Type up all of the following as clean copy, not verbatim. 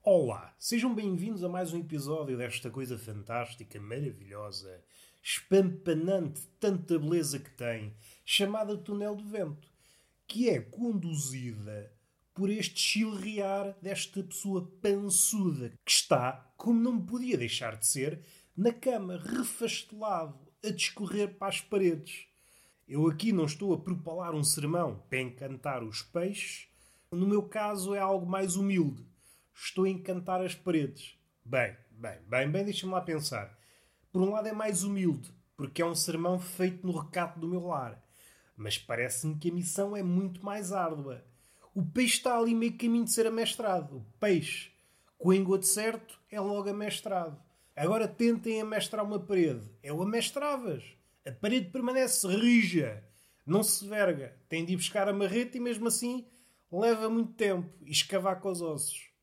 Olá, sejam bem-vindos a mais um episódio desta coisa fantástica, maravilhosa, espampanante, tanta beleza que tem, chamada Túnel do Vento, que é conduzida por este chilrear desta pessoa pançuda que está, como não podia deixar de ser, na cama, refastelado, a discorrer para as paredes. Eu aqui não estou a propalar um sermão para encantar os peixes. No meu caso é algo mais humilde. Estou a encantar as paredes. Bem, deixa-me lá pensar. Por um lado é mais humilde, porque é um sermão feito no recato do meu lar. Mas parece-me que a missão é muito mais árdua. O peixe está ali meio caminho de ser amestrado. O peixe, com o engodo certo, é logo amestrado. Agora tentem amestrar uma parede. É o amestravas. A parede permanece rija. Não se verga. Tem de ir buscar a marreta e mesmo assim leva muito tempo. E escavar com os ossos.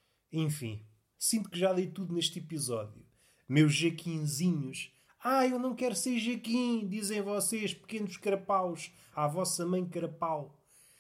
Enfim, sinto que já dei tudo neste episódio. Meus jequinzinhos. Eu não quero ser jequim, dizem vocês, pequenos carapaus, à vossa mãe carapau.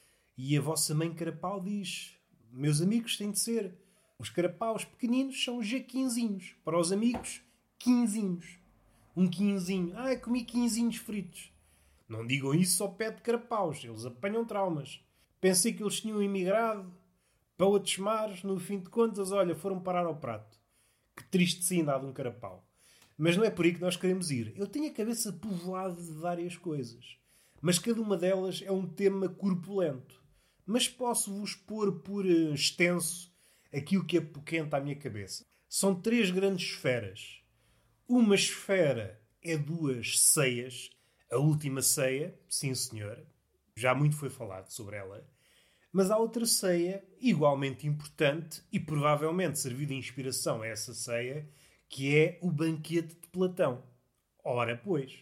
E a vossa mãe carapau diz: meus amigos têm de ser. Os carapaus pequeninos são jequinzinhos. Para os amigos, quinzinhos. Um quinzinho. Comi quinzinhos fritos. Não digam isso ao pé de carapaus, eles apanham traumas. Pensei que eles tinham emigrado para outros mares, no fim de contas, olha, foram parar ao prato. Que triste sim dado um carapau. Mas não é por aí que nós queremos ir. Eu tenho a cabeça povoada de várias coisas. Mas cada uma delas é um tema corpulento. Mas posso-vos pôr por extenso aquilo que apoquenta à minha cabeça. São 3 grandes esferas. Uma esfera é 2 ceias. A última ceia, sim senhor, já muito foi falado sobre ela. Mas há outra ceia, igualmente importante e provavelmente serviu de inspiração a essa ceia, que é o banquete de Platão. Ora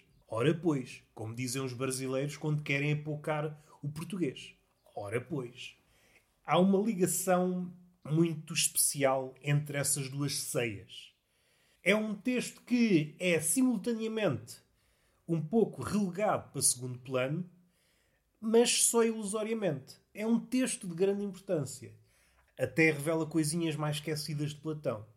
pois, como dizem os brasileiros quando querem apocar o português. Ora pois. Há uma ligação muito especial entre essas 2 ceias. É um texto que é simultaneamente um pouco relegado para segundo plano, mas só ilusoriamente. É um texto de grande importância. Até revela coisinhas mais esquecidas de Platão.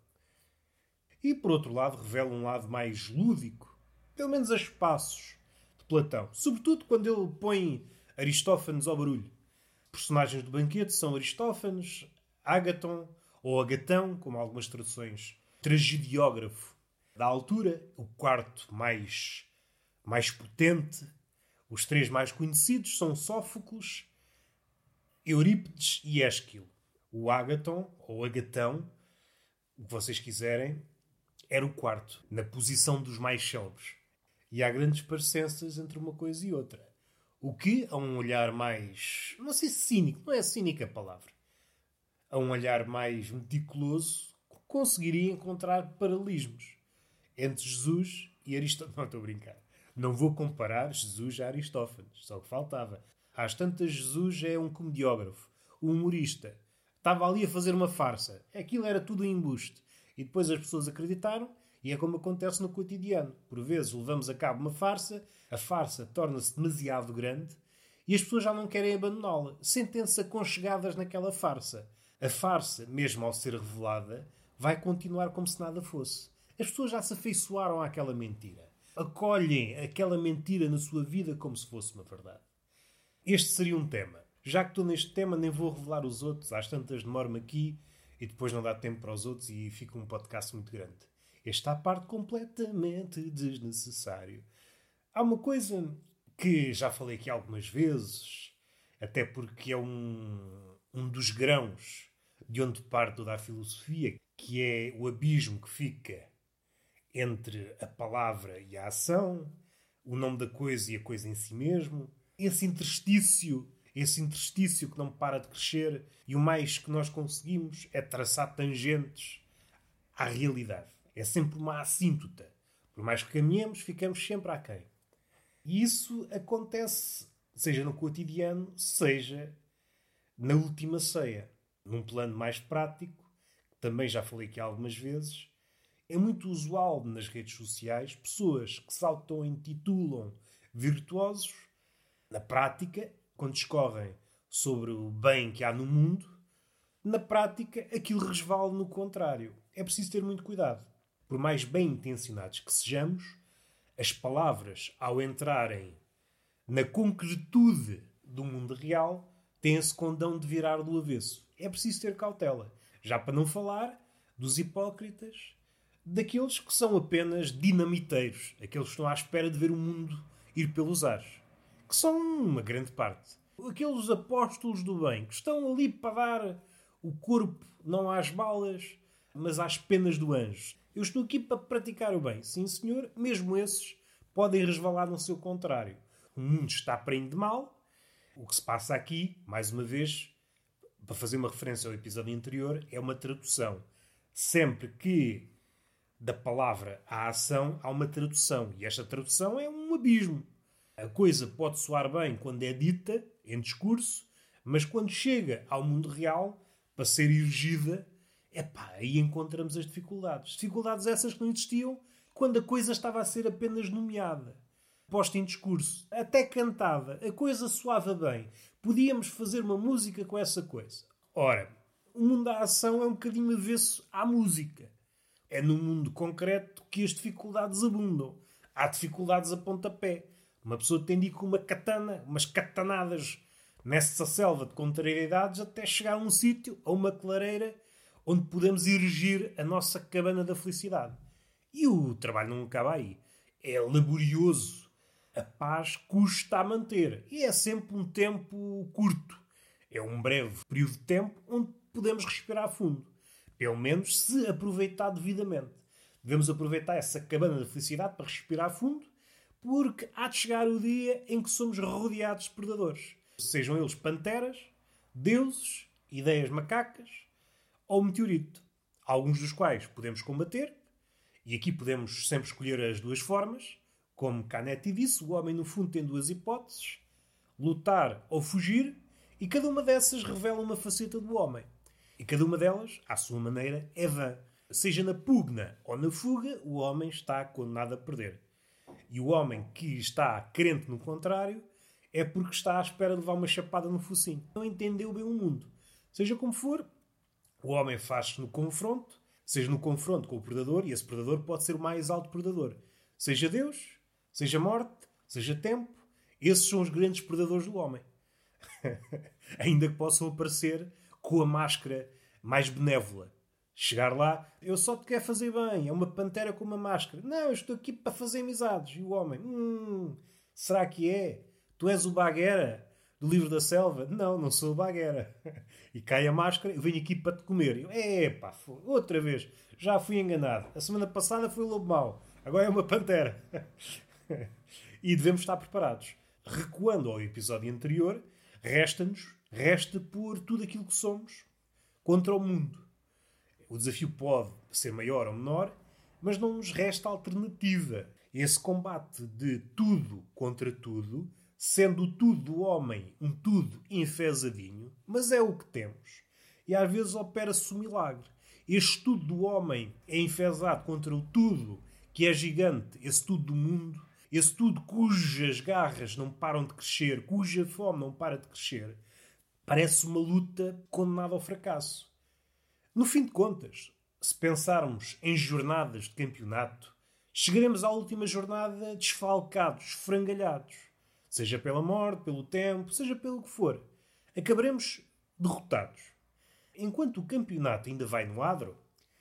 E, por outro lado, revela um lado mais lúdico, pelo menos a espaços, de Platão. Sobretudo quando ele põe Aristófanes ao barulho. Personagens do banquete são Aristófanes, Ágaton, ou Agatão, como algumas traduções, tragediógrafo da altura, o quarto mais potente. Os 3 mais conhecidos são Sófocles, Eurípides e Ésquilo. O Ágaton, ou Agatão, o que vocês quiserem, era o quarto, na posição dos mais célebres. E há grandes parecenças entre uma coisa e outra. O que, a um olhar mais... não sei se cínico, não é cínica a palavra. A um olhar mais meticuloso, conseguiria encontrar paralelismos entre Jesus e Aristófanes. Não, estou a brincar. Não vou comparar Jesus a Aristófanes. Só o que faltava. Às tantas, Jesus é um comediógrafo, um humorista. Estava ali a fazer uma farsa. Aquilo era tudo um embuste. E depois as pessoas acreditaram, e é como acontece no cotidiano. Por vezes levamos a cabo uma farsa, a farsa torna-se demasiado grande, e as pessoas já não querem abandoná-la. Sentem-se aconchegadas naquela farsa. A farsa, mesmo ao ser revelada, vai continuar como se nada fosse. As pessoas já se afeiçoaram àquela mentira. Acolhem aquela mentira na sua vida como se fosse uma verdade. Este seria um tema. Já que estou neste tema, nem vou revelar os outros. Às tantas demoro-me aqui e depois não dá tempo para os outros e fica um podcast muito grande. Esta parte completamente desnecessário. Há uma coisa que já falei aqui algumas vezes, até porque é um dos grãos de onde parte toda a filosofia, que é o abismo que fica entre a palavra e a ação, o nome da coisa e a coisa em si mesmo, esse interstício que não para de crescer, e o mais que nós conseguimos é traçar tangentes à realidade. É sempre uma assíntota. Por mais que caminhemos, ficamos sempre aquém. E isso acontece, seja no cotidiano, seja na última ceia. Num plano mais prático, que também já falei aqui algumas vezes, é muito usual nas redes sociais pessoas que se auto-intitulam virtuosos, na prática, quando discorrem sobre o bem que há no mundo, na prática aquilo resvala no contrário. É preciso ter muito cuidado. Por mais bem intencionados que sejamos, as palavras, ao entrarem na concretude do mundo real, têm esse condão de virar do avesso. É preciso ter cautela. Já para não falar dos hipócritas, daqueles que são apenas dinamiteiros, aqueles que estão à espera de ver o mundo ir pelos ares, que são uma grande parte. Aqueles apóstolos do bem, que estão ali para dar o corpo, não às balas, mas às penas do anjo. Eu estou aqui para praticar o bem. Sim, senhor, mesmo esses podem resvalar no seu contrário. O mundo está preenche de mal. O que se passa aqui, mais uma vez, para fazer uma referência ao episódio anterior, é uma tradução. Sempre que da palavra à ação há uma tradução. E esta tradução é um abismo. A coisa pode soar bem quando é dita, em discurso, mas quando chega ao mundo real, para ser erigida, aí encontramos as dificuldades. Dificuldades essas que não existiam quando a coisa estava a ser apenas nomeada, posta em discurso, até cantada. A coisa soava bem. Podíamos fazer uma música com essa coisa. Ora, o mundo da ação é um bocadinho avesso à música. É no mundo concreto que as dificuldades abundam. Há dificuldades a pontapé. Uma pessoa tem de ir com uma katana, umas katanadas nessa selva de contrariedades até chegar a um sítio, a uma clareira, onde podemos erigir a nossa cabana da felicidade. E o trabalho não acaba aí. É laborioso. A paz custa a manter. E é sempre um tempo curto. É um breve período de tempo onde podemos respirar a fundo. Pelo menos se aproveitar devidamente. Devemos aproveitar essa cabana da felicidade para respirar a fundo, porque há de chegar o dia em que somos rodeados de predadores. Sejam eles panteras, deuses, ideias macacas ou meteorito. Alguns dos quais podemos combater, e aqui podemos sempre escolher as duas formas. Como Canetti disse, o homem no fundo tem duas hipóteses: lutar ou fugir, e cada uma dessas revela uma faceta do homem. E cada uma delas, à sua maneira, é vã. Seja na pugna ou na fuga, o homem está condenado a perder. E o homem que está crente no contrário é porque está à espera de levar uma chapada no focinho. Não entendeu bem o mundo. Seja como for, o homem faz-se no confronto, seja no confronto com o predador, e esse predador pode ser o mais alto predador. Seja Deus, seja morte, seja tempo, esses são os grandes predadores do homem. Ainda que possam aparecer com a máscara mais benévola. Chegar lá, eu só te quero fazer bem, é uma pantera com uma máscara. Não, eu estou aqui para fazer amizades. E o homem, será que é? Tu és o Baguera do livro da selva? Não, não sou o Baguera. E cai a máscara, eu venho aqui para te comer. Eu, outra vez, já fui enganado. A semana passada foi o lobo mau, agora é uma pantera. E devemos estar preparados. Recuando ao episódio anterior, resta pôr tudo aquilo que somos contra o mundo. O desafio pode ser maior ou menor, mas não nos resta alternativa. Esse combate de tudo contra tudo, sendo o tudo do homem um tudo enfesadinho, mas é o que temos. E às vezes opera-se um milagre. Este tudo do homem é enfesado contra o tudo que é gigante, esse tudo do mundo, esse tudo cujas garras não param de crescer, cuja fome não para de crescer. Parece uma luta condenada ao fracasso. No fim de contas, se pensarmos em jornadas de campeonato, chegaremos à última jornada desfalcados, esfrangalhados. Seja pela morte, pelo tempo, seja pelo que for. Acabaremos derrotados. Enquanto o campeonato ainda vai no adro,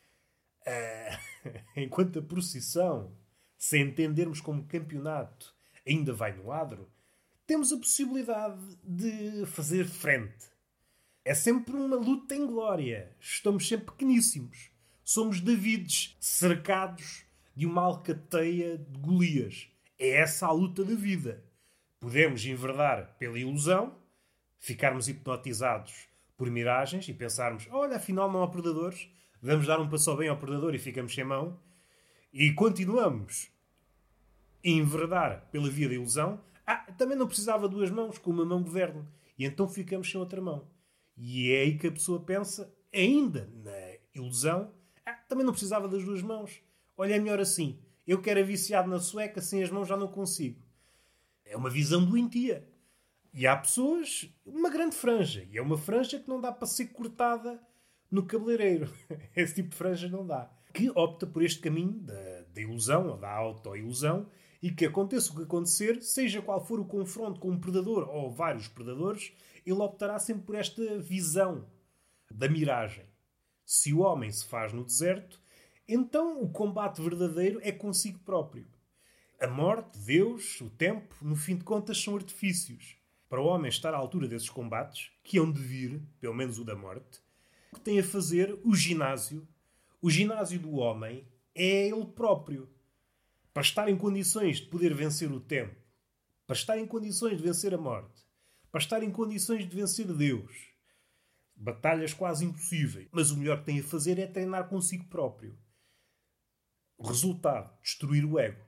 enquanto a procissão, se entendermos como campeonato, ainda vai no adro, temos a possibilidade de fazer frente. É sempre uma luta em glória. Estamos sempre pequeníssimos. Somos Davides cercados de uma alcateia de Golias. É essa a luta da vida. Podemos enverdar pela ilusão, ficarmos hipnotizados por miragens e pensarmos, olha, afinal não há predadores, vamos dar um passo bem ao predador e ficamos sem mão. E continuamos a enverdar pela via da ilusão. Também não precisava de duas mãos, com uma mão governo. E então ficamos sem outra mão. E é aí que a pessoa pensa, ainda na ilusão, também não precisava das duas mãos. Olha, é melhor assim. Eu que era viciado na sueca, sem as mãos já não consigo. É uma visão doentia. E há pessoas, uma grande franja, e é uma franja que não dá para ser cortada no cabeleireiro. Esse tipo de franja não dá. Que opta por este caminho da ilusão, ou da autoilusão, e que aconteça o que acontecer, seja qual for o confronto com um predador ou vários predadores, ele optará sempre por esta visão da miragem. Se o homem se faz no deserto, então o combate verdadeiro é consigo próprio. A morte, Deus, o tempo, no fim de contas, são artifícios. Para o homem estar à altura desses combates, que hão de vir, pelo menos o da morte, o que tem a fazer o ginásio do homem é ele próprio. Para estar em condições de poder vencer o tempo, para estar em condições de vencer a morte, para estar em condições de vencer Deus. Batalhas quase impossíveis. Mas o melhor que tem a fazer é treinar consigo próprio. O resultado, destruir o ego.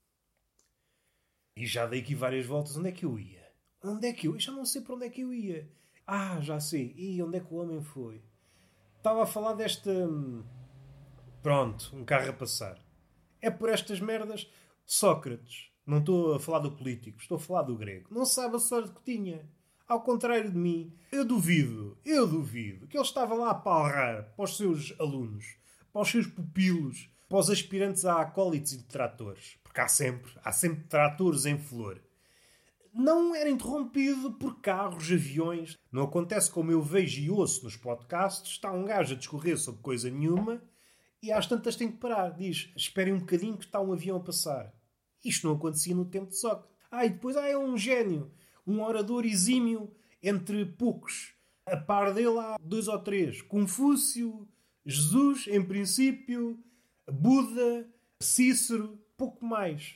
E já dei aqui várias voltas. Onde é que eu ia? Eu já não sei para onde é que eu ia. Já sei. E onde é que o homem foi? Estava a falar desta... Pronto, um carro a passar. É por estas merdas. Sócrates. Não estou a falar do político. Estou a falar do grego. Não sabe a sorte que tinha. Ao contrário de mim. Eu duvido que ele estava lá a palrar para os seus alunos, para os seus pupilos, para os aspirantes a acólitos e detratores. Porque há sempre detratores em flor. Não era interrompido por carros, aviões. Não acontece como eu vejo e ouço nos podcasts. Está um gajo a discorrer sobre coisa nenhuma e às tantas tem que parar. Diz, esperem um bocadinho que está um avião a passar. Isto não acontecia no tempo de Sócrates. E depois é um gênio. Um orador exímio entre poucos. A par dele há 2 ou 3. Confúcio, Jesus, em princípio, Buda, Cícero, pouco mais.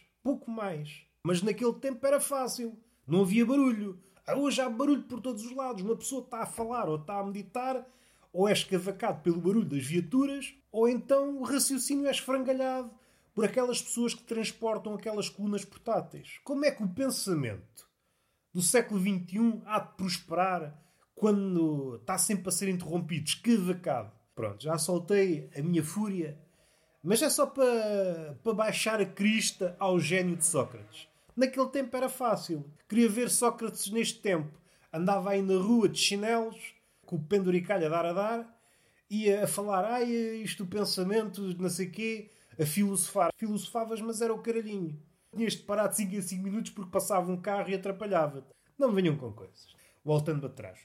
Mas naquele tempo era fácil. Não havia barulho. Hoje há barulho por todos os lados. Uma pessoa está a falar ou está a meditar, ou é escavacado pelo barulho das viaturas, ou então o raciocínio é esfrangalhado por aquelas pessoas que transportam aquelas colunas portáteis. Como é que o pensamento do século XXI há de prosperar quando está sempre a ser interrompido, escavacado? Pronto, já soltei a minha fúria, mas é só para baixar a crista ao gênio de Sócrates. Naquele tempo era fácil. Queria ver Sócrates neste tempo. Andava aí na rua de chinelos, com o penduricalho a dar, ia a falar, isto o pensamento, não sei o quê, a filosofar. Filosofavas, mas era o caralhinho. Tinhas de parar de 5 em 5 minutos porque passava um carro e atrapalhava-te. Não me venham com coisas. Voltando atrás.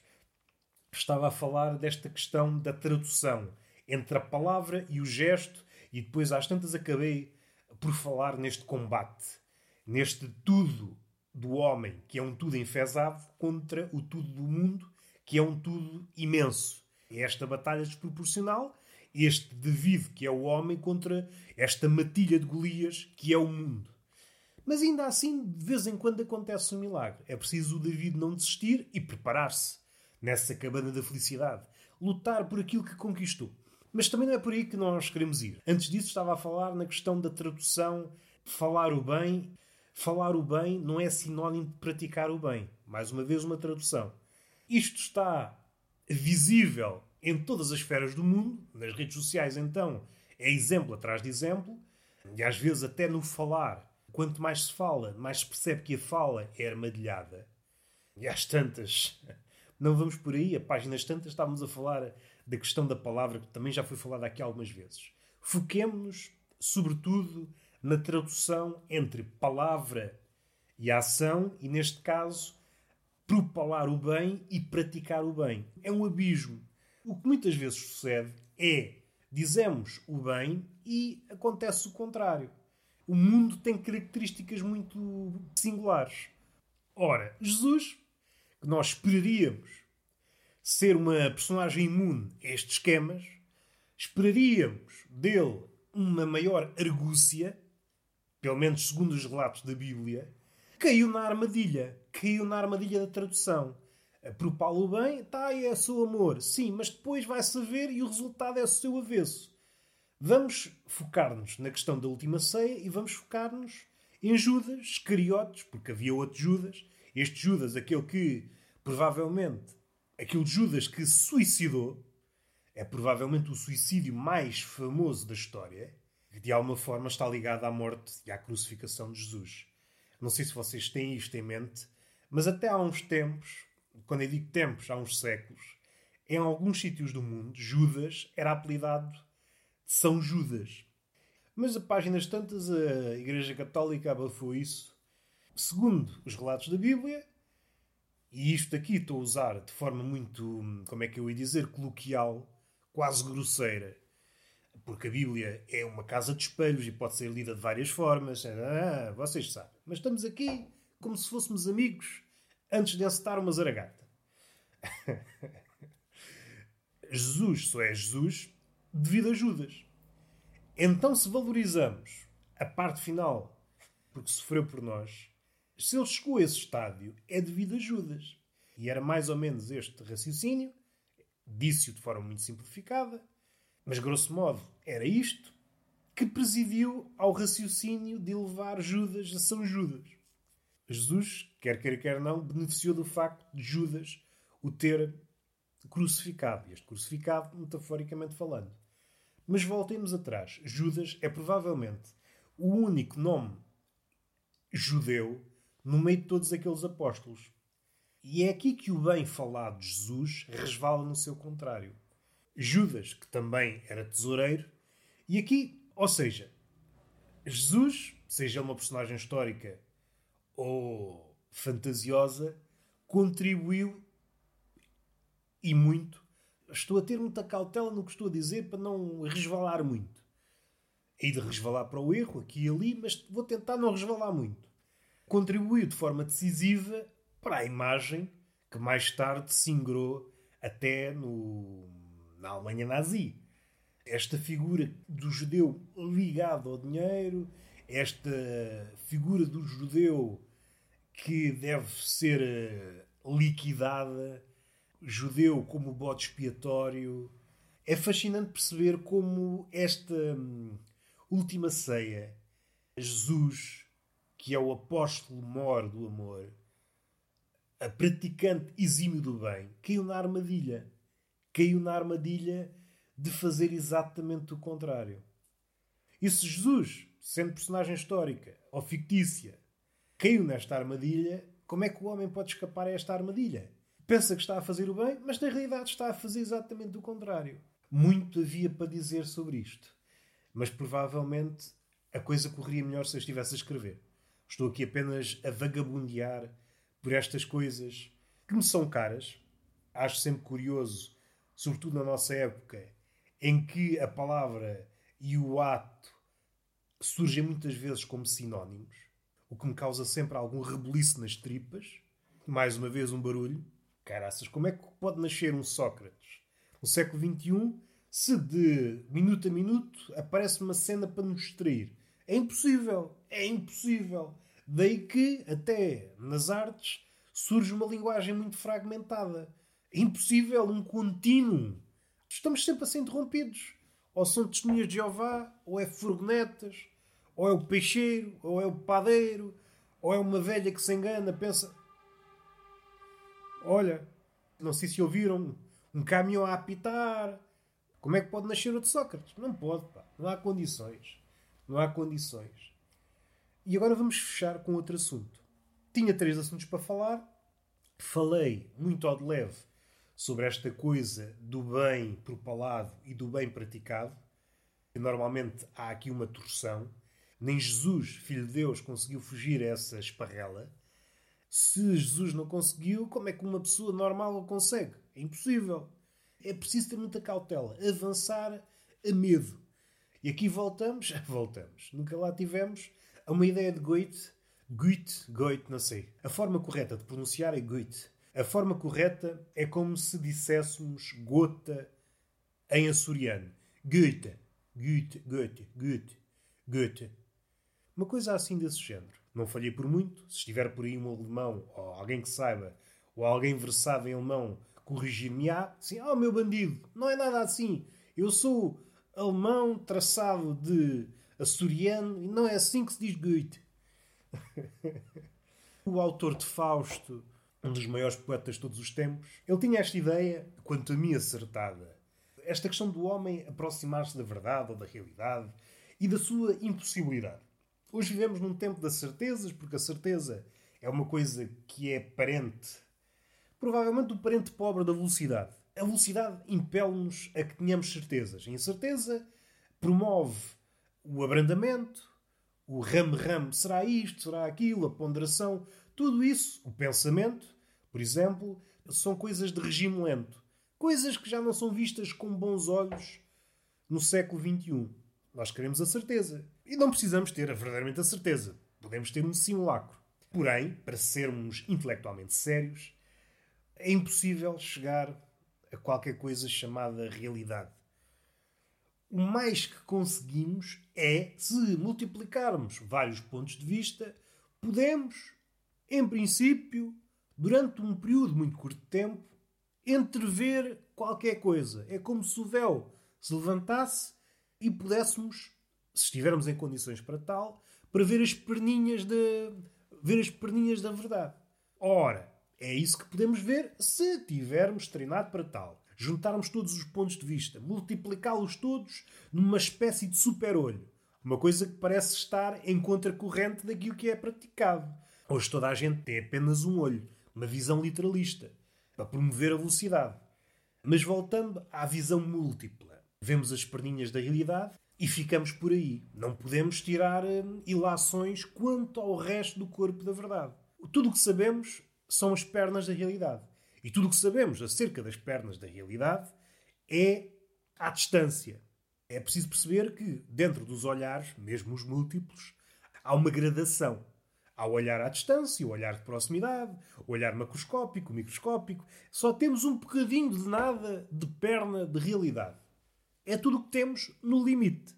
Estava a falar desta questão da tradução entre a palavra e o gesto, e depois às tantas acabei por falar neste combate, neste tudo do homem, que é um tudo enfesado, contra o tudo do mundo, que é um tudo imenso. É esta batalha desproporcional, este David, que é o homem, contra esta matilha de Golias, que é o mundo. Mas ainda assim, de vez em quando acontece um milagre. É preciso o David não desistir e preparar-se nessa cabana da felicidade. Lutar por aquilo que conquistou. Mas também não é por aí que nós queremos ir. Antes disso estava a falar na questão da tradução, falar o bem. Falar o bem não é sinónimo de praticar o bem. Mais uma vez uma tradução. Isto está visível em todas as esferas do mundo. Nas redes sociais, então, é exemplo atrás de exemplo. E às vezes até no falar. Quanto mais se fala, mais se percebe que a fala é armadilhada. E às tantas... Não vamos por aí. A páginas tantas estávamos a falar da questão da palavra, que também já foi falada aqui algumas vezes. Foquemo-nos, sobretudo, na tradução entre palavra e ação, e neste caso, propalar o bem e praticar o bem. É um abismo. O que muitas vezes sucede é, dizemos o bem e acontece o contrário. O mundo tem características muito singulares. Ora, Jesus, que nós esperaríamos ser uma personagem imune a estes esquemas, esperaríamos dele uma maior argúcia, pelo menos segundo os relatos da Bíblia, caiu na armadilha da tradução. Propala o bem, é seu amor. Sim, mas depois vai-se ver e o resultado é o seu avesso. Vamos focar-nos na questão da última ceia e vamos focar-nos em Judas, Iscariotes, porque havia outro Judas. Este Judas, aquele Judas que se suicidou, é provavelmente o suicídio mais famoso da história, que de alguma forma está ligado à morte e à crucificação de Jesus. Não sei se vocês têm isto em mente, Mas até há uns tempos, quando eu digo tempos, há uns séculos, em alguns sítios do mundo, Judas era apelidado de São Judas. Mas a páginas tantas, a Igreja Católica abafou isso. Segundo os relatos da Bíblia, e isto aqui estou a usar de forma muito, como é que eu ia dizer, coloquial, quase grosseira, porque a Bíblia é uma casa de espelhos e pode ser lida de várias formas. Vocês sabem. Mas estamos aqui como se fôssemos amigos antes de encetar uma zaragata. Jesus só é Jesus devido a Judas. Então, se valorizamos a parte final, porque sofreu por nós, se ele chegou a esse estádio, é devido a Judas. E era mais ou menos este raciocínio, disse-o de forma muito simplificada, mas grosso modo era isto, que presidiu ao raciocínio de levar Judas a São Judas. Jesus, quer queira, quer não, beneficiou do facto de Judas o ter crucificado. Este crucificado, metaforicamente falando. Mas voltemos atrás. Judas é provavelmente o único nome judeu no meio de todos aqueles apóstolos. E é aqui que o bem falado de Jesus resvala no seu contrário. Judas, que também era tesoureiro, e aqui, ou seja, Jesus, seja ele uma personagem histórica ou fantasiosa, contribuiu e muito. Estou a ter muita cautela no que estou a dizer para não resvalar muito. Hei de resvalar para o erro, aqui e ali, mas vou tentar não resvalar muito. Contribuiu de forma decisiva para a imagem que mais tarde se ingrou até na Alemanha nazi. Esta figura do judeu ligado ao dinheiro, esta figura do judeu que deve ser liquidada, judeu como bode expiatório. É fascinante perceber como esta última ceia, Jesus, que é o apóstolo mor do amor, a praticante exímio do bem, caiu na armadilha. Caiu na armadilha de fazer exatamente o contrário. E se Jesus, sendo personagem histórica ou fictícia, caiu nesta armadilha, como é que o homem pode escapar a esta armadilha? Pensa que está a fazer o bem, mas na realidade está a fazer exatamente o contrário. Muito havia para dizer sobre isto. Mas provavelmente a coisa correria melhor se eu estivesse a escrever. Estou aqui apenas a vagabundear por estas coisas que me são caras. Acho sempre curioso, sobretudo na nossa época, em que a palavra e o ato surgem muitas vezes como sinónimos, o que me causa sempre algum rebuliço nas tripas. Mais uma vez um barulho. Caraças, como é que pode nascer um Sócrates no século XXI se de minuto a minuto aparece uma cena para nos distrair? É impossível. É impossível. Daí que, até nas artes, surge uma linguagem muito fragmentada. É impossível um contínuo. Estamos sempre a ser interrompidos. Ou são testemunhas de Jeová, ou é furgonetas, ou é o peixeiro, ou é o padeiro, ou é uma velha que se engana, pensa... Olha, não sei se ouviram um caminhão a apitar. Como é que pode nascer outro Sócrates? Não pode, pá. Não há condições. Não há condições. E agora vamos fechar com outro assunto. Tinha 3 assuntos para falar. Falei muito ao de leve sobre esta coisa do bem propalado e do bem praticado. Normalmente há aqui uma torção. Nem Jesus, Filho de Deus, conseguiu fugir a essa esparrela. Se Jesus não conseguiu, como é que uma pessoa normal o consegue? É impossível. É preciso ter muita cautela. Avançar a medo. E aqui voltamos, nunca lá tivemos, a uma ideia de Goethe. Goethe, não sei. A forma correta de pronunciar é Goethe. A forma correta é como se disséssemos gota em açoriano. Goethe. Uma coisa assim desse género. Não falhei por muito. Se estiver por aí um alemão, ou alguém que saiba, ou alguém versado em alemão, corrigir-me-á. Assim, meu bandido, não é nada assim. Eu sou alemão traçado de açoriano e não é assim que se diz Goethe. O autor de Fausto, um dos maiores poetas de todos os tempos, ele tinha esta ideia, quanto a mim acertada. Esta questão do homem aproximar-se da verdade ou da realidade e da sua impossibilidade. Hoje vivemos num tempo das certezas, porque a certeza É uma coisa que é parente, provavelmente o parente pobre da velocidade. A velocidade impele-nos a que tenhamos certezas. A incerteza promove o abrandamento, o rame-rame, será isto, será aquilo, a ponderação. Tudo isso, o pensamento, por exemplo, são coisas de regime lento. Coisas que já não são vistas com bons olhos no século XXI. Nós queremos a certeza. E não precisamos ter verdadeiramente a certeza. Podemos ter um simulacro. Porém, para sermos intelectualmente sérios, é impossível chegar a qualquer coisa chamada realidade. O mais que conseguimos é, se multiplicarmos vários pontos de vista, podemos, em princípio, durante um período muito curto de tempo, entrever qualquer coisa. É como se o véu se levantasse e pudéssemos, se estivermos em condições para tal, para ver as perninhas da verdade. Ora, é isso que podemos ver se tivermos treinado para tal. Juntarmos todos os pontos de vista, multiplicá-los todos numa espécie de super-olho. Uma coisa que parece estar em contracorrente daquilo que é praticado. Hoje toda a gente tem apenas um olho, uma visão literalista, para promover a velocidade. Mas voltando à visão múltipla, vemos as perninhas da realidade e ficamos por aí. Não podemos tirar ilações quanto ao resto do corpo da verdade. Tudo o que sabemos são as pernas da realidade. E tudo o que sabemos acerca das pernas da realidade é à distância. É preciso perceber que, dentro dos olhares, mesmo os múltiplos, há uma gradação. Há o olhar à distância, o olhar de proximidade, o olhar macroscópico, microscópico. Só temos um bocadinho de nada de perna de realidade. É tudo o que temos no limite.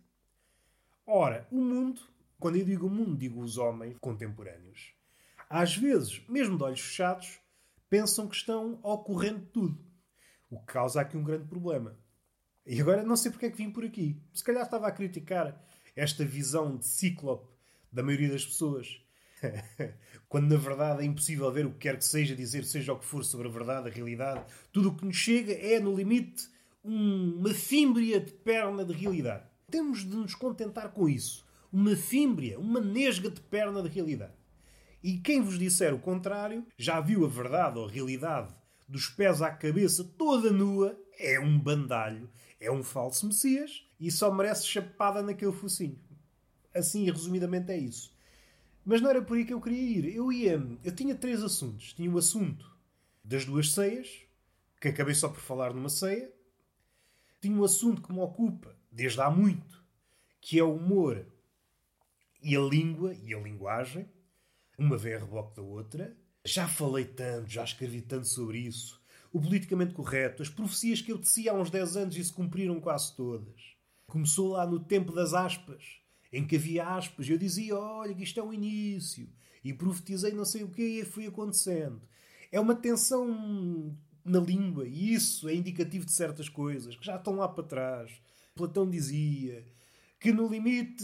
Ora, o mundo, quando eu digo o mundo, digo os homens contemporâneos, às vezes, mesmo de olhos fechados, pensam que estão ao corrente de tudo. O que causa aqui um grande problema. E agora não sei porque é que vim por aqui. Se calhar estava a criticar esta visão de cíclope da maioria das pessoas. Quando na verdade é impossível ver o que quer que seja, dizer seja o que for sobre a verdade, a realidade. Tudo o que nos chega é, no limite, uma fímbria de perna de realidade. Temos de nos contentar com isso. Uma fímbria, uma nesga de perna de realidade. E quem vos disser o contrário, já viu a verdade ou a realidade dos pés à cabeça toda nua, é um bandalho, é um falso messias e só merece chapada naquele focinho. Assim, resumidamente, é isso. Mas não era por aí que eu queria ir. Eu tinha 3 assuntos. Tinha o assunto das 2 ceias, que acabei só por falar numa ceia. Tinha um assunto que me ocupa desde há muito, que é o humor e a língua e a linguagem. Uma vem a reboque da outra. Já falei tanto, já escrevi tanto sobre isso. O politicamente correto, as profecias que eu tecia há uns 10 anos e se cumpriram quase todas. Começou lá no tempo das aspas, em que havia aspas, e eu dizia, olha, que isto é um início. E profetizei não sei o quê e foi acontecendo. É uma tensão na língua, e isso é indicativo de certas coisas, que já estão lá para trás. Platão dizia que no limite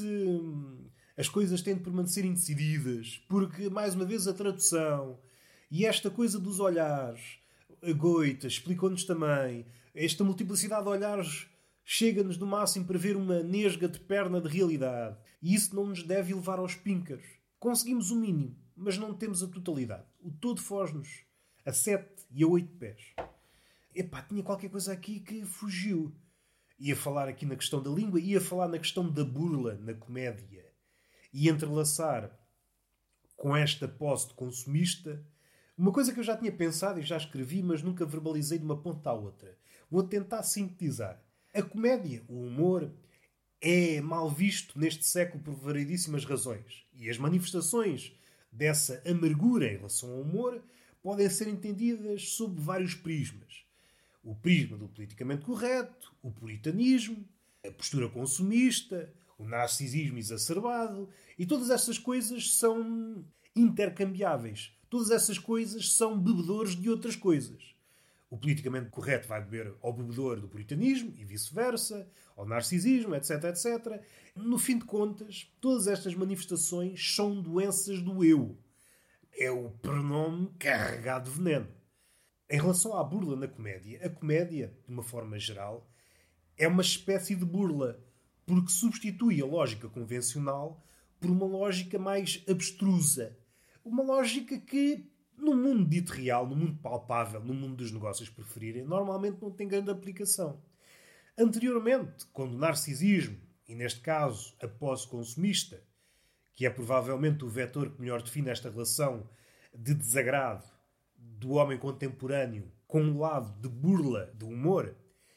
as coisas têm de permanecer indecididas, porque, mais uma vez, a tradução e esta coisa dos olhares, a Goethe explicou-nos também, esta multiplicidade de olhares chega-nos no máximo para ver uma nesga de perna de realidade. E isso não nos deve levar aos píncaros. Conseguimos o mínimo, mas não temos a totalidade. O todo foge-nos a 7 e a 8 pés. Epá, tinha qualquer coisa aqui que fugiu. Ia falar aqui na questão da língua, ia falar na questão da burla, na comédia. E entrelaçar com esta posse de consumista uma coisa que eu já tinha pensado e já escrevi, mas nunca verbalizei de uma ponta à outra. Vou tentar sintetizar. A comédia, o humor, é mal visto neste século por variedíssimas razões. E as manifestações dessa amargura em relação ao humor podem ser entendidas sob vários prismas. O prisma do politicamente correto, o puritanismo, a postura consumista, o narcisismo exacerbado, e todas essas coisas são intercambiáveis. Todas essas coisas são bebedores de outras coisas. O politicamente correto vai beber ao bebedor do puritanismo e vice-versa, ao narcisismo, etc, etc. No fim de contas, todas estas manifestações são doenças do eu. É o prenome carregado de veneno. Em relação à burla na comédia, a comédia, de uma forma geral, é uma espécie de burla, porque substitui a lógica convencional por uma lógica mais abstrusa. Uma lógica que, no mundo dito real, no mundo palpável, no mundo dos negócios preferirem, normalmente não tem grande aplicação. Anteriormente, quando o narcisismo, e neste caso a posse consumista, que é provavelmente o vetor que melhor define esta relação de desagrado do homem contemporâneo com um lado de burla, de humor,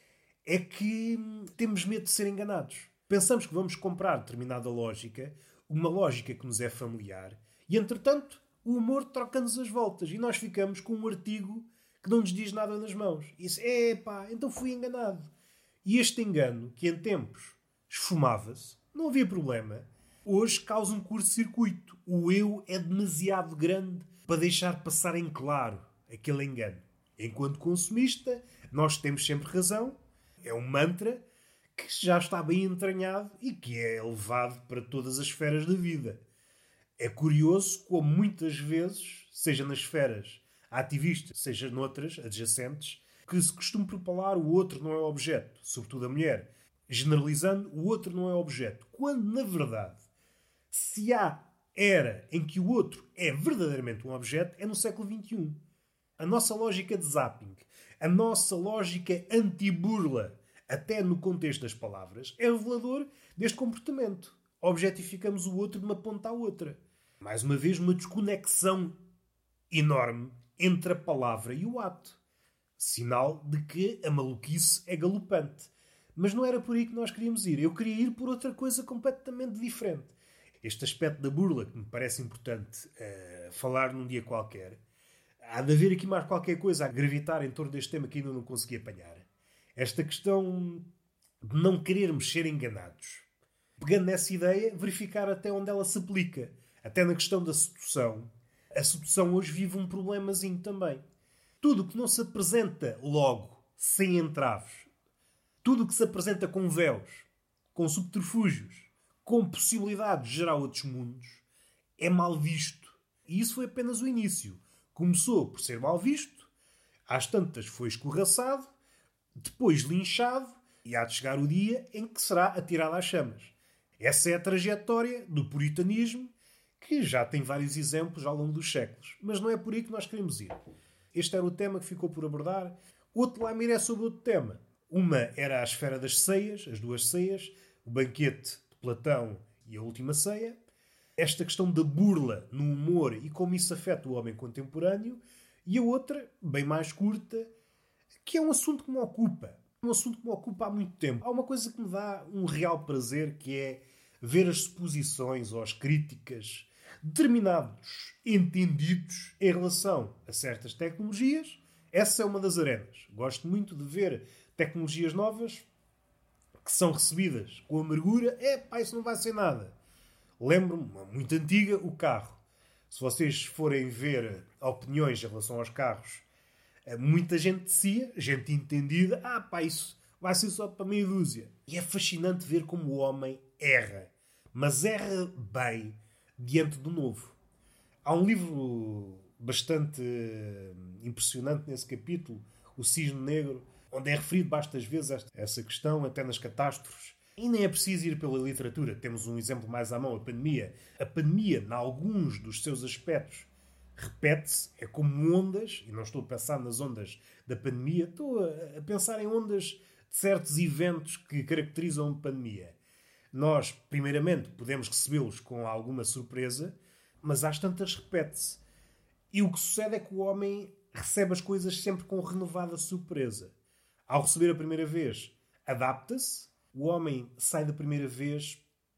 é que temos medo de ser enganados. Pensamos que vamos comprar determinada lógica, uma lógica que nos é familiar, e entretanto o humor troca-nos as voltas e nós ficamos com um artigo que não nos diz nada nas mãos. E isso, então fui enganado. E este engano, que em tempos esfumava-se, não havia problema, hoje causa um curto-circuito. O eu é demasiado grande para deixar passar em claro aquele engano. Enquanto consumista, nós temos sempre razão. É um mantra que já está bem entranhado e que é levado para todas as esferas da vida. É curioso como muitas vezes, seja nas esferas ativistas, seja noutras, adjacentes, que se costuma propalar o outro não é objeto, sobretudo a mulher. Generalizando, o outro não é objeto. Quando, na verdade, se há era em que o outro é verdadeiramente um objeto, é no século XXI. A nossa lógica de zapping, a nossa lógica anti-burla, até no contexto das palavras, é revelador deste comportamento. Objetificamos o outro de uma ponta à outra. Mais uma vez, uma desconexão enorme entre a palavra e o ato. Sinal de que a maluquice é galopante. Mas não era por aí que nós queríamos ir. Eu queria ir por outra coisa completamente diferente. Este aspecto da burla, que me parece importante falar num dia qualquer, há de haver aqui mais qualquer coisa a gravitar em torno deste tema que ainda não consegui apanhar. Esta questão de não querermos ser enganados. Pegando nessa ideia, verificar até onde ela se aplica. Até na questão da sedução. A sedução hoje vive um problemazinho também. Tudo o que não se apresenta logo, sem entraves, tudo o que se apresenta com véus, com subterfúgios, com possibilidade de gerar outros mundos, é mal visto. E isso foi apenas o início. Começou por ser mal visto, às tantas foi escorraçado, depois linchado, e há de chegar o dia em que será atirado às chamas. Essa é a trajetória do puritanismo, que já tem vários exemplos ao longo dos séculos. Mas não é por aí que nós queremos ir. Este era o tema que ficou por abordar. Outro Lamir é sobre outro tema. Uma era a esfera das ceias, as duas ceias, o banquete de Platão e a última ceia. Esta questão da burla no humor e como isso afeta o homem contemporâneo. E a outra, bem mais curta, que é um assunto que me ocupa. Um assunto que me ocupa há muito tempo. Há uma coisa que me dá um real prazer, que é ver as suposições ou as críticas de determinados entendidos em relação a certas tecnologias. Essa é uma das arenas. Gosto muito de ver tecnologias novas que são recebidas com amargura. Isso não vai ser nada. Lembro-me, uma muito antiga, o carro. Se vocês forem ver opiniões em relação aos carros, muita gente dizia, gente entendida, isso vai ser só para meia dúzia. E é fascinante ver como o homem erra. Mas erra bem diante do novo. Há um livro bastante impressionante nesse capítulo, O Cisne Negro, onde é referido bastas vezes essa questão, até nas catástrofes. E nem é preciso ir pela literatura. Temos um exemplo mais à mão, a pandemia. A pandemia, em alguns dos seus aspectos, repete-se, é como ondas, e não estou a pensar nas ondas da pandemia, estou a pensar em ondas de certos eventos que caracterizam a pandemia. Nós, primeiramente, podemos recebê-los com alguma surpresa, mas às tantas repete-se. E o que sucede é que o homem recebe as coisas sempre com renovada surpresa. Ao receber a primeira vez, adapta-se. O homem sai da primeira vez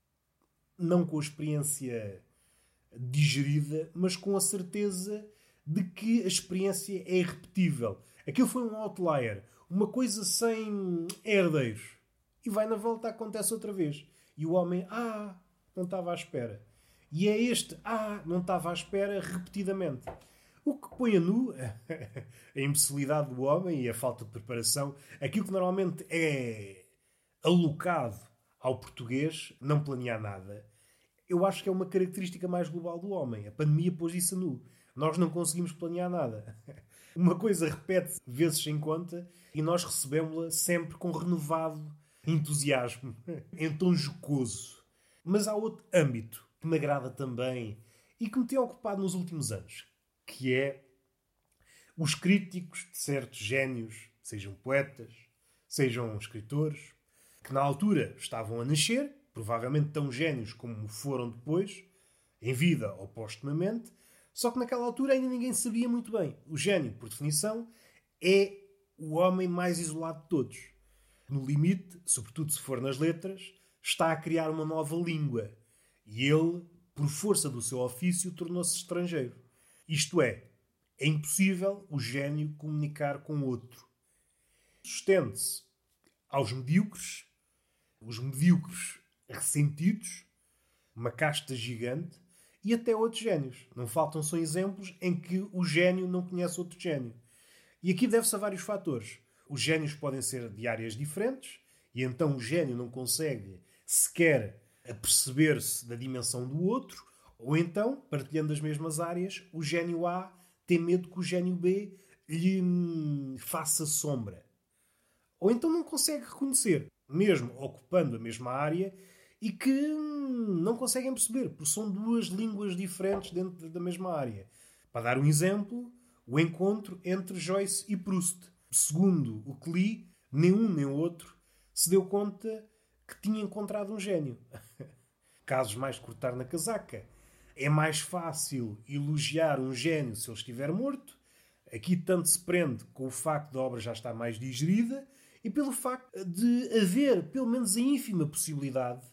não com a experiência digerida, mas com a certeza de que a experiência é irrepetível. Aquilo foi um outlier, uma coisa sem herdeiros. E vai na volta, acontece outra vez. E o homem, não estava à espera. E é este, não estava à espera, repetidamente. O que põe a nu a imbecilidade do homem e a falta de preparação, aquilo que normalmente é alocado ao português, não planear nada, eu acho que é uma característica mais global do homem. A pandemia pôs isso a nu. Nós não conseguimos planear nada. Uma coisa repete-se vezes sem conta e nós recebemos-la sempre com renovado entusiasmo, em tom jocoso. Mas há outro âmbito que me agrada também e que me tem ocupado nos últimos anos, que é os críticos de certos génios, sejam poetas, sejam escritores, que na altura estavam a nascer, provavelmente tão génios como foram depois, em vida ou postumamente, só que naquela altura ainda ninguém sabia muito bem. O gênio, por definição, é o homem mais isolado de todos. No limite, sobretudo se for nas letras, está a criar uma nova língua. E ele, por força do seu ofício, tornou-se estrangeiro. Isto é impossível o gênio comunicar com outro. Estende-se aos medíocres, os medíocres ressentidos, uma casta gigante, e até outros génios. Não faltam só exemplos em que o gênio não conhece outro gênio. E aqui deve-se a vários fatores. Os génios podem ser de áreas diferentes, e então o gênio não consegue sequer aperceber-se da dimensão do outro, ou então, partilhando as mesmas áreas, o gênio A tem medo que o gênio B lhe faça sombra. Ou então não consegue reconhecer, mesmo ocupando a mesma área, e que não conseguem perceber, porque são duas línguas diferentes dentro da mesma área. Para dar um exemplo, o encontro entre Joyce e Proust. Segundo o que li, nem um nem o outro se deu conta que tinha encontrado um gênio. Casos mais de cortar na casaca. É mais fácil elogiar um gênio se ele estiver morto. Aqui tanto se prende com o facto da obra já estar mais digerida e pelo facto de haver pelo menos a ínfima possibilidade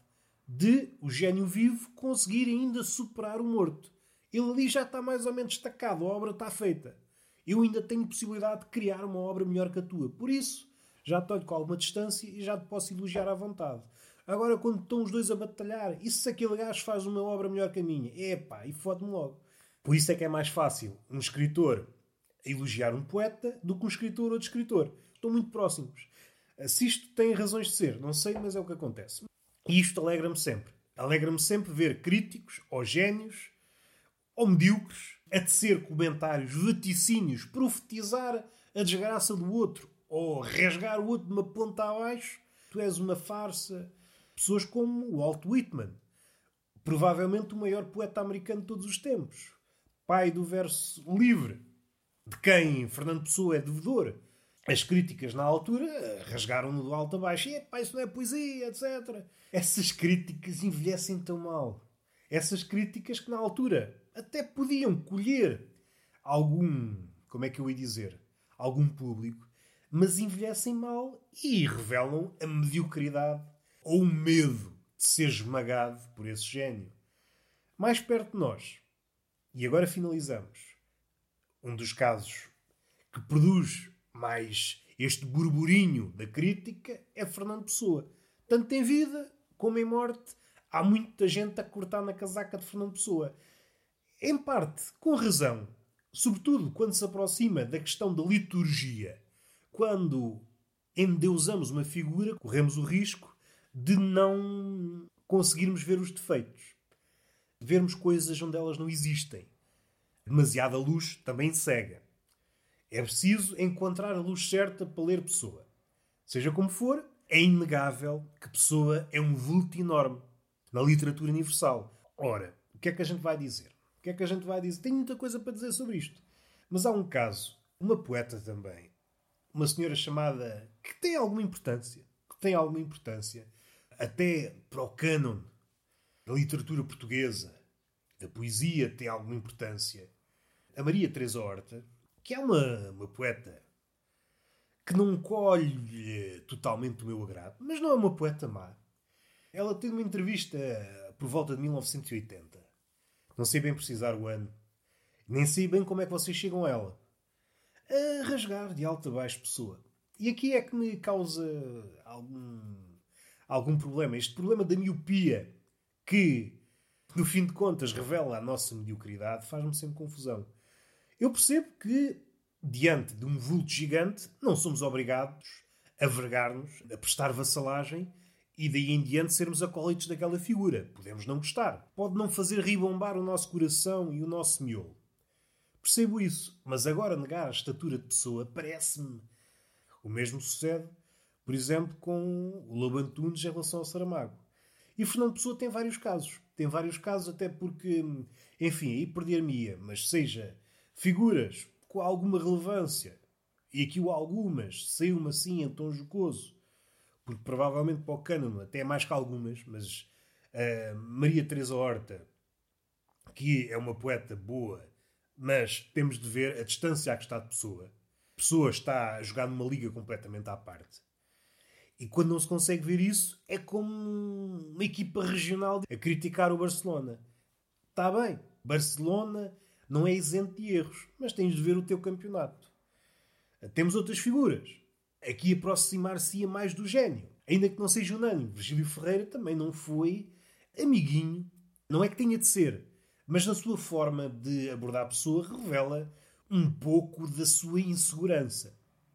de o gênio vivo conseguir ainda superar o morto. Ele ali já está mais ou menos destacado, a obra está feita. Eu ainda tenho possibilidade de criar uma obra melhor que a tua. Por isso, já estou com alguma distância e já te posso elogiar à vontade. Agora, quando estão os dois a batalhar, e se aquele gajo faz uma obra melhor que a minha? Epá, e fode-me logo. Por isso é que é mais fácil um escritor elogiar um poeta do que um escritor ou outro escritor. Estão muito próximos. Se isto tem razões de ser, não sei, mas é o que acontece. E isto alegra-me sempre. Alegra-me sempre ver críticos, ou génios, ou medíocres, a tecer comentários, vaticínios, profetizar a desgraça do outro, ou rasgar o outro de uma ponta abaixo. Tu és uma farsa. Pessoas como o Walt Whitman, provavelmente o maior poeta americano de todos os tempos, pai do verso livre, de quem Fernando Pessoa é devedor. As críticas na altura rasgaram-no do alto a baixo. Epá, isso não é poesia, etc. Essas críticas envelhecem tão mal. Essas críticas que na altura até podiam colher algum, como é que eu ia dizer, algum público, mas envelhecem mal e revelam a mediocridade ou o medo de ser esmagado por esse gênio. Mais perto de nós, e agora finalizamos, um dos casos que produz mais este burburinho da crítica é Fernando Pessoa. Tanto em vida como em morte, há muita gente a cortar na casaca de Fernando Pessoa. Em parte, com razão. Sobretudo quando se aproxima da questão da liturgia. Quando endeusamos uma figura, corremos o risco de não conseguirmos ver os defeitos. Vermos coisas onde elas não existem. Demasiada luz também cega. É preciso encontrar a luz certa para ler Pessoa. Seja como for, é inegável que Pessoa é um vulto enorme na literatura universal. Ora, o que é que a gente vai dizer? O que é que a gente vai dizer? Tenho muita coisa para dizer sobre isto. Mas há um caso, uma poeta também, uma senhora chamada, que tem alguma importância, até para o cânon da literatura portuguesa, da poesia tem alguma importância. A Maria Teresa Horta, que é uma poeta que não colhe totalmente o meu agrado, mas não é uma poeta má. Ela teve uma entrevista por volta de 1980. Não sei bem precisar o ano. Nem sei bem como é que vocês chegam a ela. A rasgar de alto a baixo Pessoa. E aqui é que me causa algum problema. Este problema da miopia que, no fim de contas, revela a nossa mediocridade, faz-me sempre confusão. Eu percebo que, diante de um vulto gigante, não somos obrigados a vergar-nos, a prestar vassalagem e daí em diante sermos acólitos daquela figura. Podemos não gostar. Pode não fazer ribombar o nosso coração e o nosso miolo. Percebo isso, mas agora negar a estatura de Pessoa parece-me. O mesmo sucede, por exemplo, com o Lobo Antunes em relação ao Saramago. E Fernando Pessoa tem vários casos. Tem vários casos até porque, enfim, aí perder-me-ia, mas seja figuras com alguma relevância, e aqui o algumas, saiu-me assim em tom jocoso, porque provavelmente para o cânone até é mais que algumas, mas Maria Teresa Horta, que é uma poeta boa, mas temos de ver a distância a que está de Pessoa. Pessoa está a jogar numa liga completamente à parte. E quando não se consegue ver isso, é como uma equipa regional a criticar o Barcelona. Está bem, Barcelona não é isento de erros, mas tens de ver o teu campeonato. Temos outras figuras. Aqui aproximar-se-ia mais do gênio. Ainda que não seja unânime. Virgílio Ferreira também não foi amiguinho. Não é que tenha de ser. Mas na sua forma de abordar a pessoa revela um pouco da sua insegurança.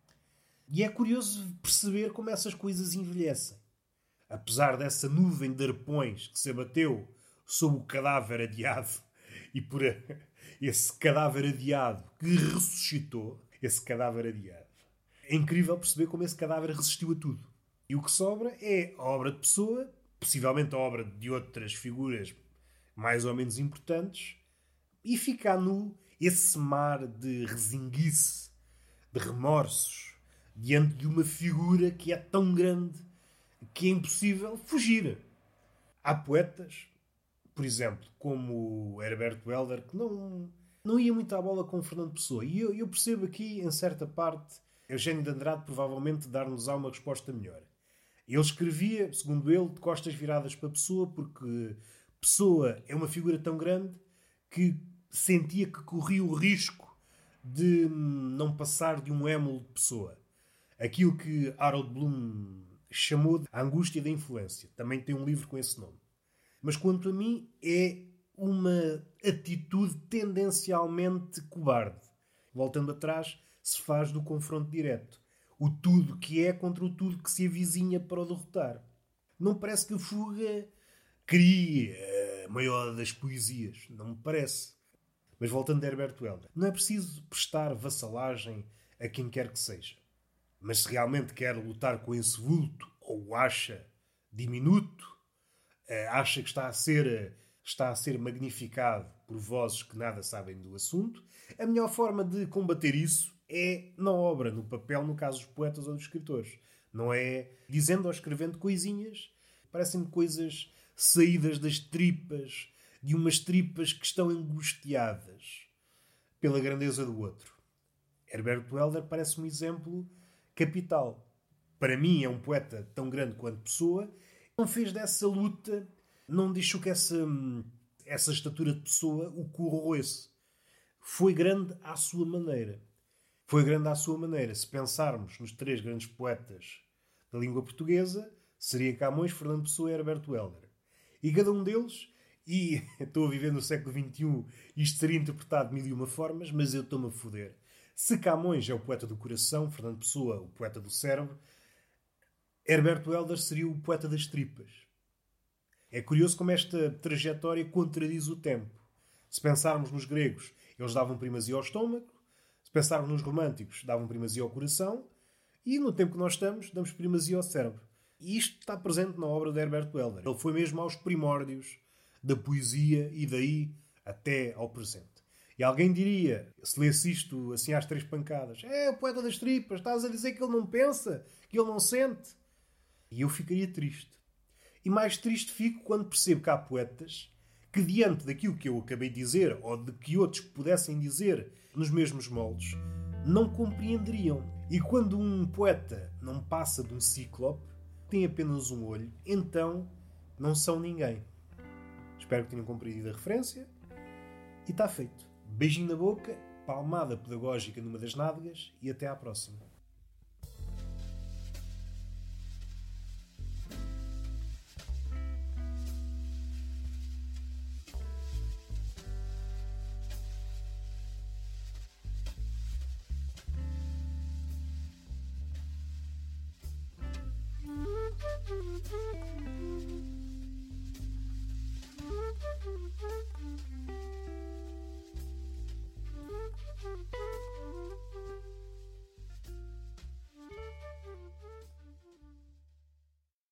E é curioso perceber como essas coisas envelhecem. Apesar dessa nuvem de arpões que se abateu sobre o cadáver adiado e por esse cadáver adiado que ressuscitou, esse cadáver adiado. É incrível perceber como esse cadáver resistiu a tudo. E o que sobra é a obra de Pessoa, possivelmente a obra de outras figuras mais ou menos importantes, e fica nu esse mar de rezinguice, de remorsos, diante de uma figura que é tão grande que é impossível fugir. Há poetas, por exemplo, como Herberto Helder, que não ia muito à bola com Fernando Pessoa. E eu percebo aqui, em certa parte, Eugénio de Andrade provavelmente dar-nos-á uma resposta melhor. Ele escrevia, segundo ele, de costas viradas para Pessoa, porque Pessoa é uma figura tão grande que sentia que corria o risco de não passar de um émulo de Pessoa. Aquilo que Harold Bloom chamou de a angústia da influência. Também tem um livro com esse nome. Mas quanto a mim, é uma atitude tendencialmente cobarde. Voltando atrás, se faz do confronto direto. O tudo que é contra o tudo que se avizinha para o derrotar. Não parece que a fuga crie a maior das poesias. Não me parece. Mas voltando a Herberto Helder, não é preciso prestar vassalagem a quem quer que seja. Mas se realmente quer lutar com esse vulto, ou o acha diminuto, acha que está a ser magnificado por vozes que nada sabem do assunto, a melhor forma de combater isso é na obra, no papel, no caso dos poetas ou dos escritores. Não é dizendo ou escrevendo coisinhas, parecem-me coisas saídas das tripas, de umas tripas que estão angustiadas pela grandeza do outro. Herberto Helder parece um exemplo capital. Para mim é um poeta tão grande quanto Pessoa. Não fez dessa luta, não deixou que essa estatura de Pessoa o corroesse. Foi grande à sua maneira. Foi grande à sua maneira. Se pensarmos nos três grandes poetas da língua portuguesa, seria Camões, Fernando Pessoa e Herberto Helder. E cada um deles, e estou a viver no século XXI, isto seria interpretado de mil e uma formas, mas eu estou-me a foder. Se Camões é o poeta do coração, Fernando Pessoa o poeta do cérebro, Herberto Helder seria o poeta das tripas. É curioso como esta trajetória contradiz o tempo. Se pensarmos nos gregos, eles davam primazia ao estômago. Se pensarmos nos românticos, davam primazia ao coração. E no tempo que nós estamos, damos primazia ao cérebro. E isto está presente na obra de Herberto Helder. Ele foi mesmo aos primórdios da poesia e daí até ao presente. E alguém diria, se lesse isto assim às três pancadas, é o poeta das tripas, estás a dizer que ele não pensa, que ele não sente. E eu ficaria triste. E mais triste fico quando percebo que há poetas que, diante daquilo que eu acabei de dizer, ou de que outros pudessem dizer nos mesmos moldes, não compreenderiam. E quando um poeta não passa de um cíclope, tem apenas um olho, então não são ninguém. Espero que tenham compreendido a referência. E está feito. Beijinho na boca, palmada pedagógica numa das nádegas e até à próxima.